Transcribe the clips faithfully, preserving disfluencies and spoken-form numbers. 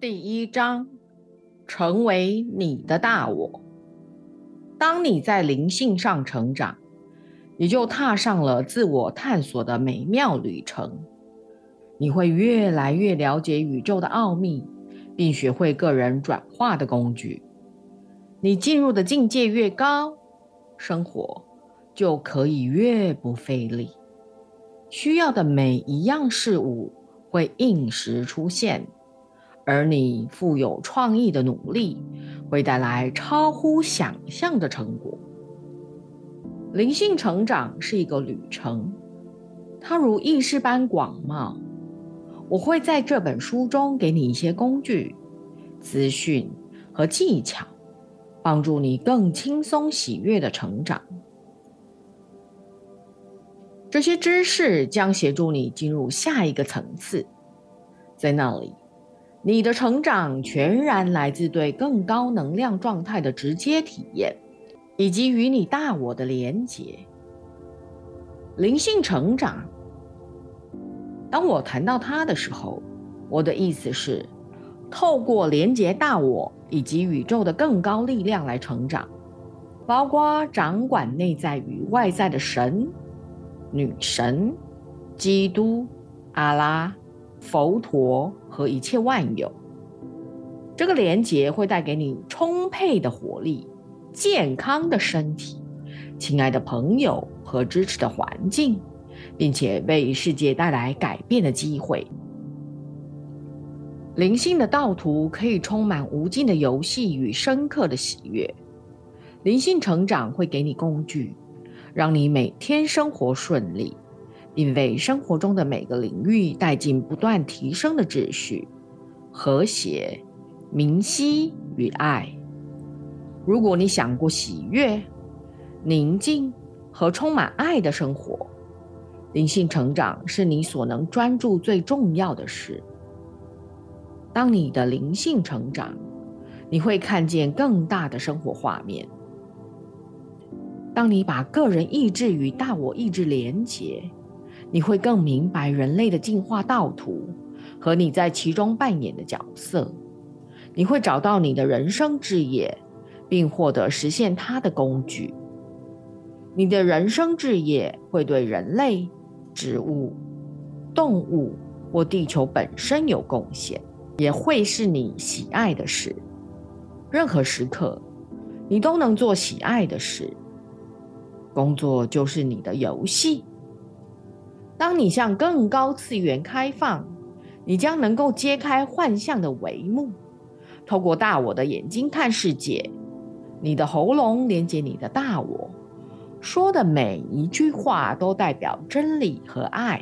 第一章，成为你的大我。当你在灵性上成长，你就踏上了自我探索的美妙旅程。你会越来越了解宇宙的奥秘，并学会个人转化的工具。你进入的境界越高，生活就可以越不费力。需要的每一样事物会应时出现，而你富有创意的努力会带来超乎想象的成果。灵性成长是一个旅程，它如意识般广袤。我会在这本书中给你一些工具、资讯和技巧，帮助你更轻松喜悦的成长。这些知识将协助你进入下一个层次，在那里，你的成长全然来自对更高能量状态的直接体验，以及与你大我的连结。灵性成长，当我谈到它的时候，我的意思是透过连结大我以及宇宙的更高力量来成长，包括掌管内在与外在的神、女神、基督、阿拉、佛陀和一切万有。这个连结会带给你充沛的活力、健康的身体、亲爱的朋友和支持的环境，并且为世界带来改变的机会。灵性的道途可以充满无尽的游戏与深刻的喜悦。灵性成长会给你工具，让你每天生活顺利，并为生活中的每个领域带进不断提升的秩序、和谐、明晰与爱。如果你想过喜悦、宁静和充满爱的生活，灵性成长是你所能专注最重要的事。当你的灵性成长，你会看见更大的生活画面。当你把个人意志与大我意志连结，你会更明白人类的进化道途和你在其中扮演的角色。你会找到你的人生志业，并获得实现它的工具。你的人生志业会对人类、植物、动物或地球本身有贡献，也会是你喜爱的事。任何时刻，你都能做喜爱的事。工作就是你的游戏。当你向更高次元开放，你将能够揭开幻象的帷幕，透过大我的眼睛看世界。你的喉咙连接你的大我，说的每一句话都代表真理和爱。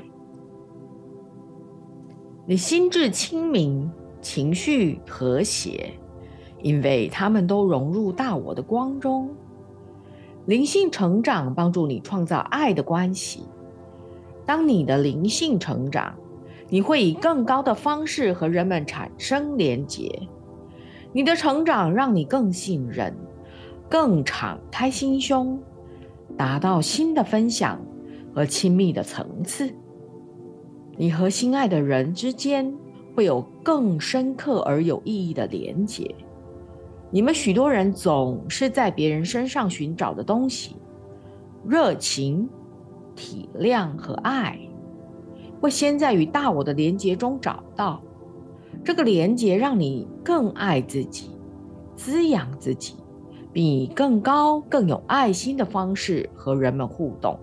你心智清明，情绪和谐，因为它们都融入大我的光中。灵性成长帮助你创造爱的关系。当你的灵性成长，你会以更高的方式和人们产生连结。你的成长让你更信任，更敞开心胸，达到新的分享和亲密的层次。你和心爱的人之间会有更深刻而有意义的连结。你们许多人总是在别人身上寻找的东西，热情、体谅和爱，会先在与大我的连结中找到。这个连结让你更爱自己，滋养自己，并以更高、更有爱心的方式和人们互动。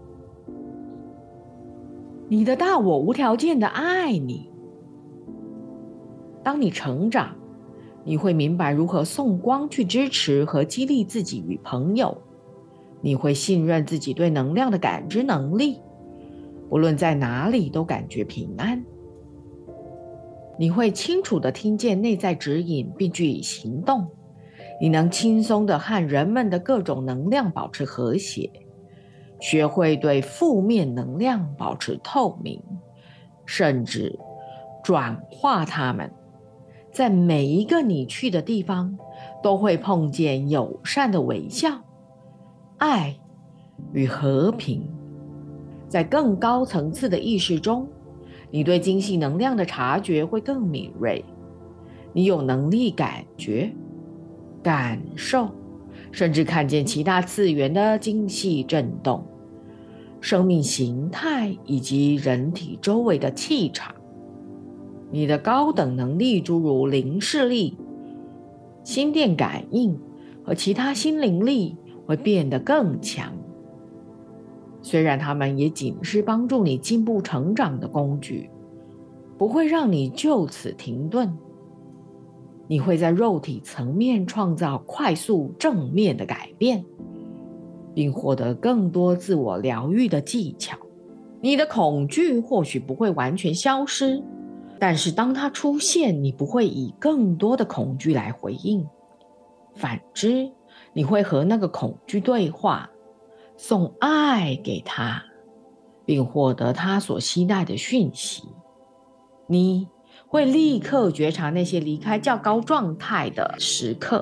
你的大我无条件的爱你。当你成长，你会明白如何送光去支持和激励自己与朋友。你会信任自己对能量的感知能力，无论在哪里都感觉平安。你会清楚地听见内在指引并据以行动。你能轻松地和人们的各种能量保持和谐，学会对负面能量保持透明，甚至转化它们。在每一个你去的地方，都会碰见友善的微笑、爱与和平。在更高层次的意识中，你对精细能量的察觉会更敏锐。 你有能力感觉、感受，甚至看见其他次元的精细震动、生命形态以及人体周围的气场。你的高等能力诸如灵视力、心电感应和其他心灵力会变得更强。虽然它们也仅是帮助你进步成长的工具，不会让你就此停顿。你会在肉体层面创造快速正面的改变，并获得更多自我疗愈的技巧。你的恐惧或许不会完全消失，但是当它出现，你不会以更多的恐惧来回应。反之，你会和那个恐惧对话，送爱给他，并获得他所期待的讯息。你会立刻觉察那些离开较高状态的时刻，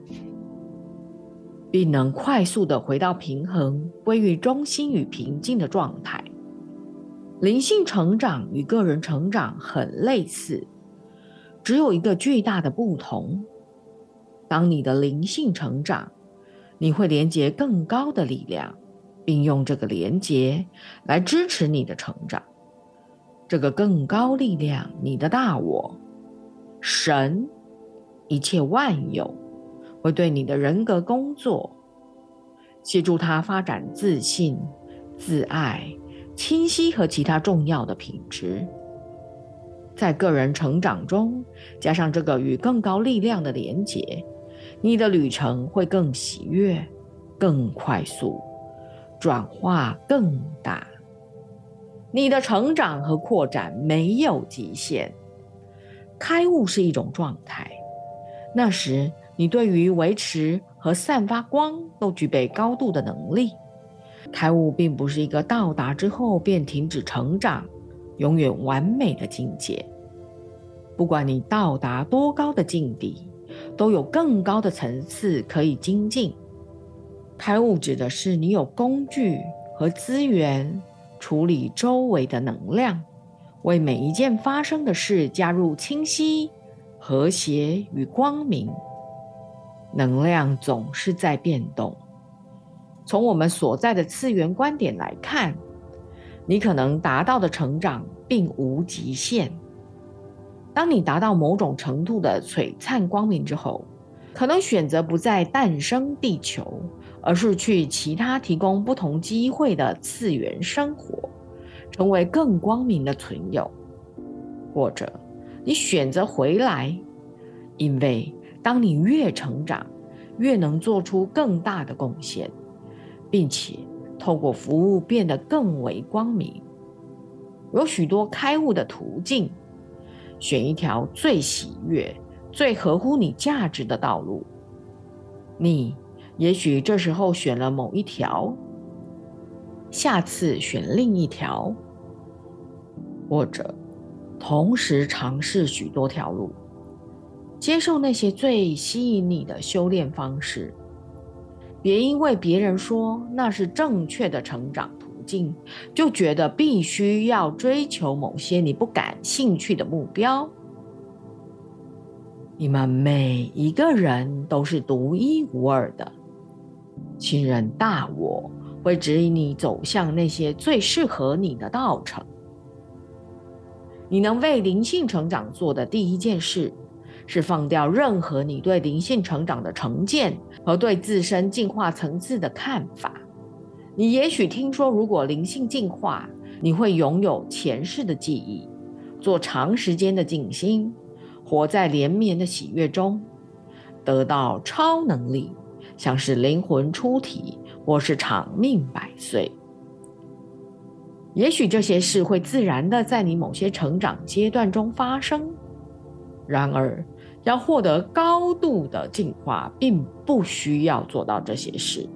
并能快速地回到平衡、归于中心与平静的状态。灵性成长与个人成长很类似，只有一个巨大的不同。当你的灵性成长，你会连接更高的力量，并用这个连接来支持你的成长。这个更高力量，你的大我、神、一切万有，会对你的人格工作，协助他发展自信、自爱、清晰和其他重要的品质。在个人成长中，加上这个与更高力量的连结，你的旅程会更喜悦、更快速，转化更大。你的成长和扩展没有极限。开悟是一种状态，那时你对于维持和散发光都具备高度的能力。开悟并不是一个到达之后便停止成长、永远完美的境界。不管你到达多高的境地，都有更高的层次可以精进。开悟指的是你有工具和资源处理周围的能量，为每一件发生的事加入清晰、和谐与光明。能量总是在变动。从我们所在的次元观点来看，你可能达到的成长并无极限。当你达到某种程度的璀璨光明之后，可能选择不再诞生地球，而是去其他提供不同机会的次元生活，成为更光明的存有。或者你选择回来，因为当你越成长，越能做出更大的贡献，并且透过服务变得更为光明。有许多开悟的途径，选一条最喜悦、最合乎你价值的道路。你也许这时候选了某一条，下次选另一条，或者同时尝试许多条路，接受那些最吸引你的修炼方式。别因为别人说那是正确的成长途径，就觉得必须要追求某些你不感兴趣的目标。你们每一个人都是独一无二的，亲人大我会指引你走向那些最适合你的道程。你能为灵性成长做的第一件事，是放掉任何你对灵性成长的成见和对自身进化层次的看法。你也许听说，如果灵性进化，你会拥有前世的记忆，做长时间的静心，活在连绵的喜悦中，得到超能力，像是灵魂出体或是长命百岁。也许这些事会自然的在你某些成长阶段中发生，然而要获得高度的进化，并不需要做到这些事。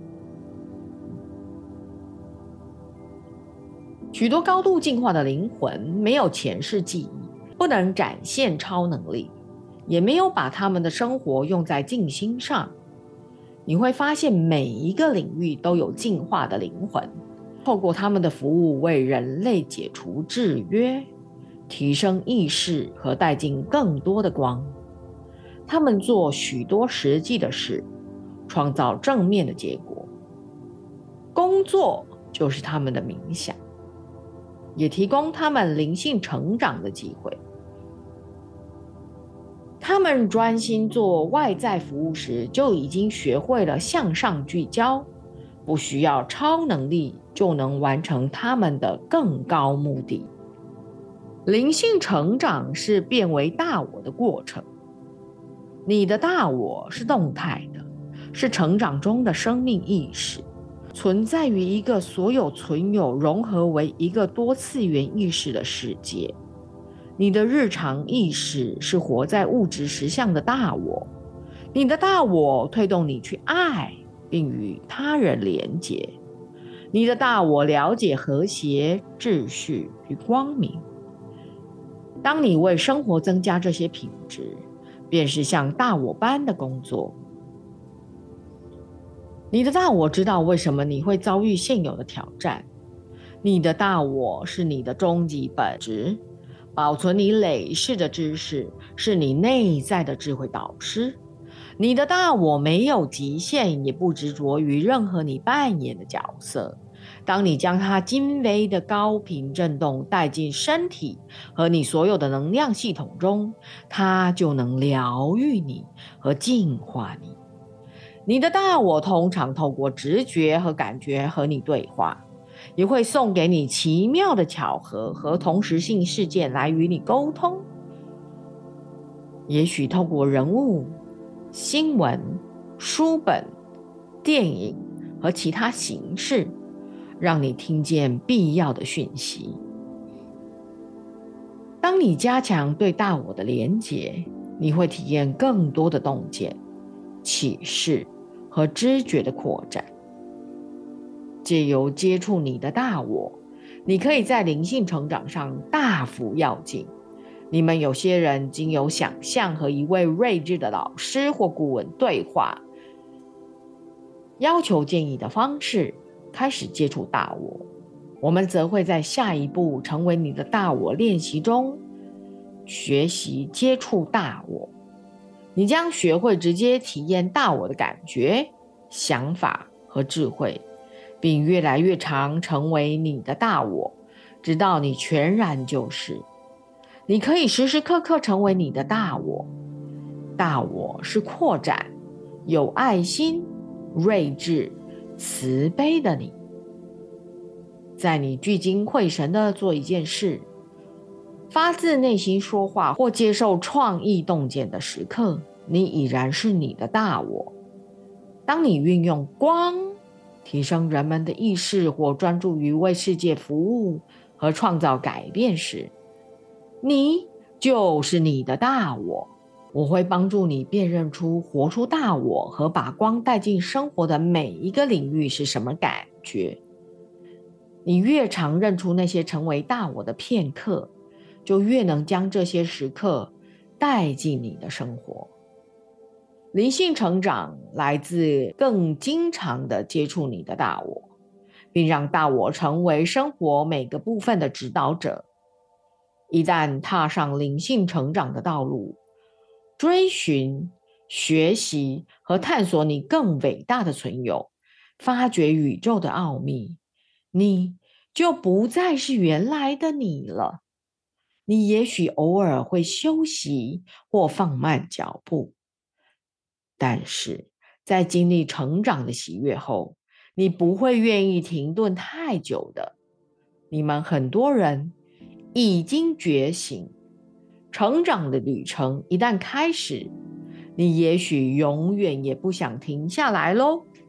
许多高度进化的灵魂没有前世记忆，不能展现超能力，也没有把他们的生活用在静心上。你会发现每一个领域都有进化的灵魂，透过他们的服务为人类解除制约，提升意识和带进更多的光。 他们做许多实际的事，创造正面的结果。工作就是他们的冥想，也提供他们灵性成长的机会。他们专心做外在服务时，就已经学会了向上聚焦，不需要超能力就能完成他们的更高目的。灵性成长是变为大我的过程。你的大我是动态的，是成长中的生命意识，存在于一个所有存有融合为一个多次元意识的世界。你的日常意识是活在物质实相的大我，你的大我推动你去爱并与他人连结。你的大我了解和谐、秩序与光明。当你为生活增加这些品质，便是像大我般的工作。你的大我知道为什么你会遭遇现有的挑战。你的大我是你的终极本质。保存你累世的知识，是你内在的智慧导师。你的大我没有极限，也不执着于任何你扮演的角色。当你将它精微的高频振动带进身体和你所有的能量系统中，它就能疗愈你和净化你。你的大我通常透过直觉和感觉和你对话，也会送给你奇妙的巧合和同时性事件来与你沟通。也许透过人物、新闻、书本、电影和其他形式，让你听见必要的讯息。当你加强对大我的连结，你会体验更多的洞见、启示和知觉的扩展。借由接触你的大我，你可以在灵性成长上大幅跃进。你们有些人经由想象和一位睿智的老师或顾问对话，要求建议的方式开始接触大我。我们则会在下一步成为你的大我练习中学习接触大我。你将学会直接体验大我的感觉、想法和智慧，并越来越常成为你的大我，直到你全然就是。你可以时时刻刻成为你的大我。大我是扩展、有爱心、睿智、慈悲的你。在你聚精会神地做一件事，发自内心说话或接受创意洞见的时刻，你已然是你的大我。当你运用光提升人们的意识，或专注于为世界服务和创造改变时，你就是你的大我。我会帮助你辨认出活出大我和把光带进生活的每一个领域是什么感觉。你越常认出那些成为大我的片刻，就越能将这些时刻带进你的生活。灵性成长来自更经常的接触你的大我，并让大我成为生活每个部分的指导者。一旦踏上灵性成长的道路，追寻、学习和探索你更伟大的存有，发掘宇宙的奥秘，你就不再是原来的你了。你也许偶尔会休息或放慢脚步，但是在经历成长的喜悦后，你不会愿意停顿太久的。你们很多人已经觉醒，成长的旅程一旦开始，你也许永远也不想停下来咯。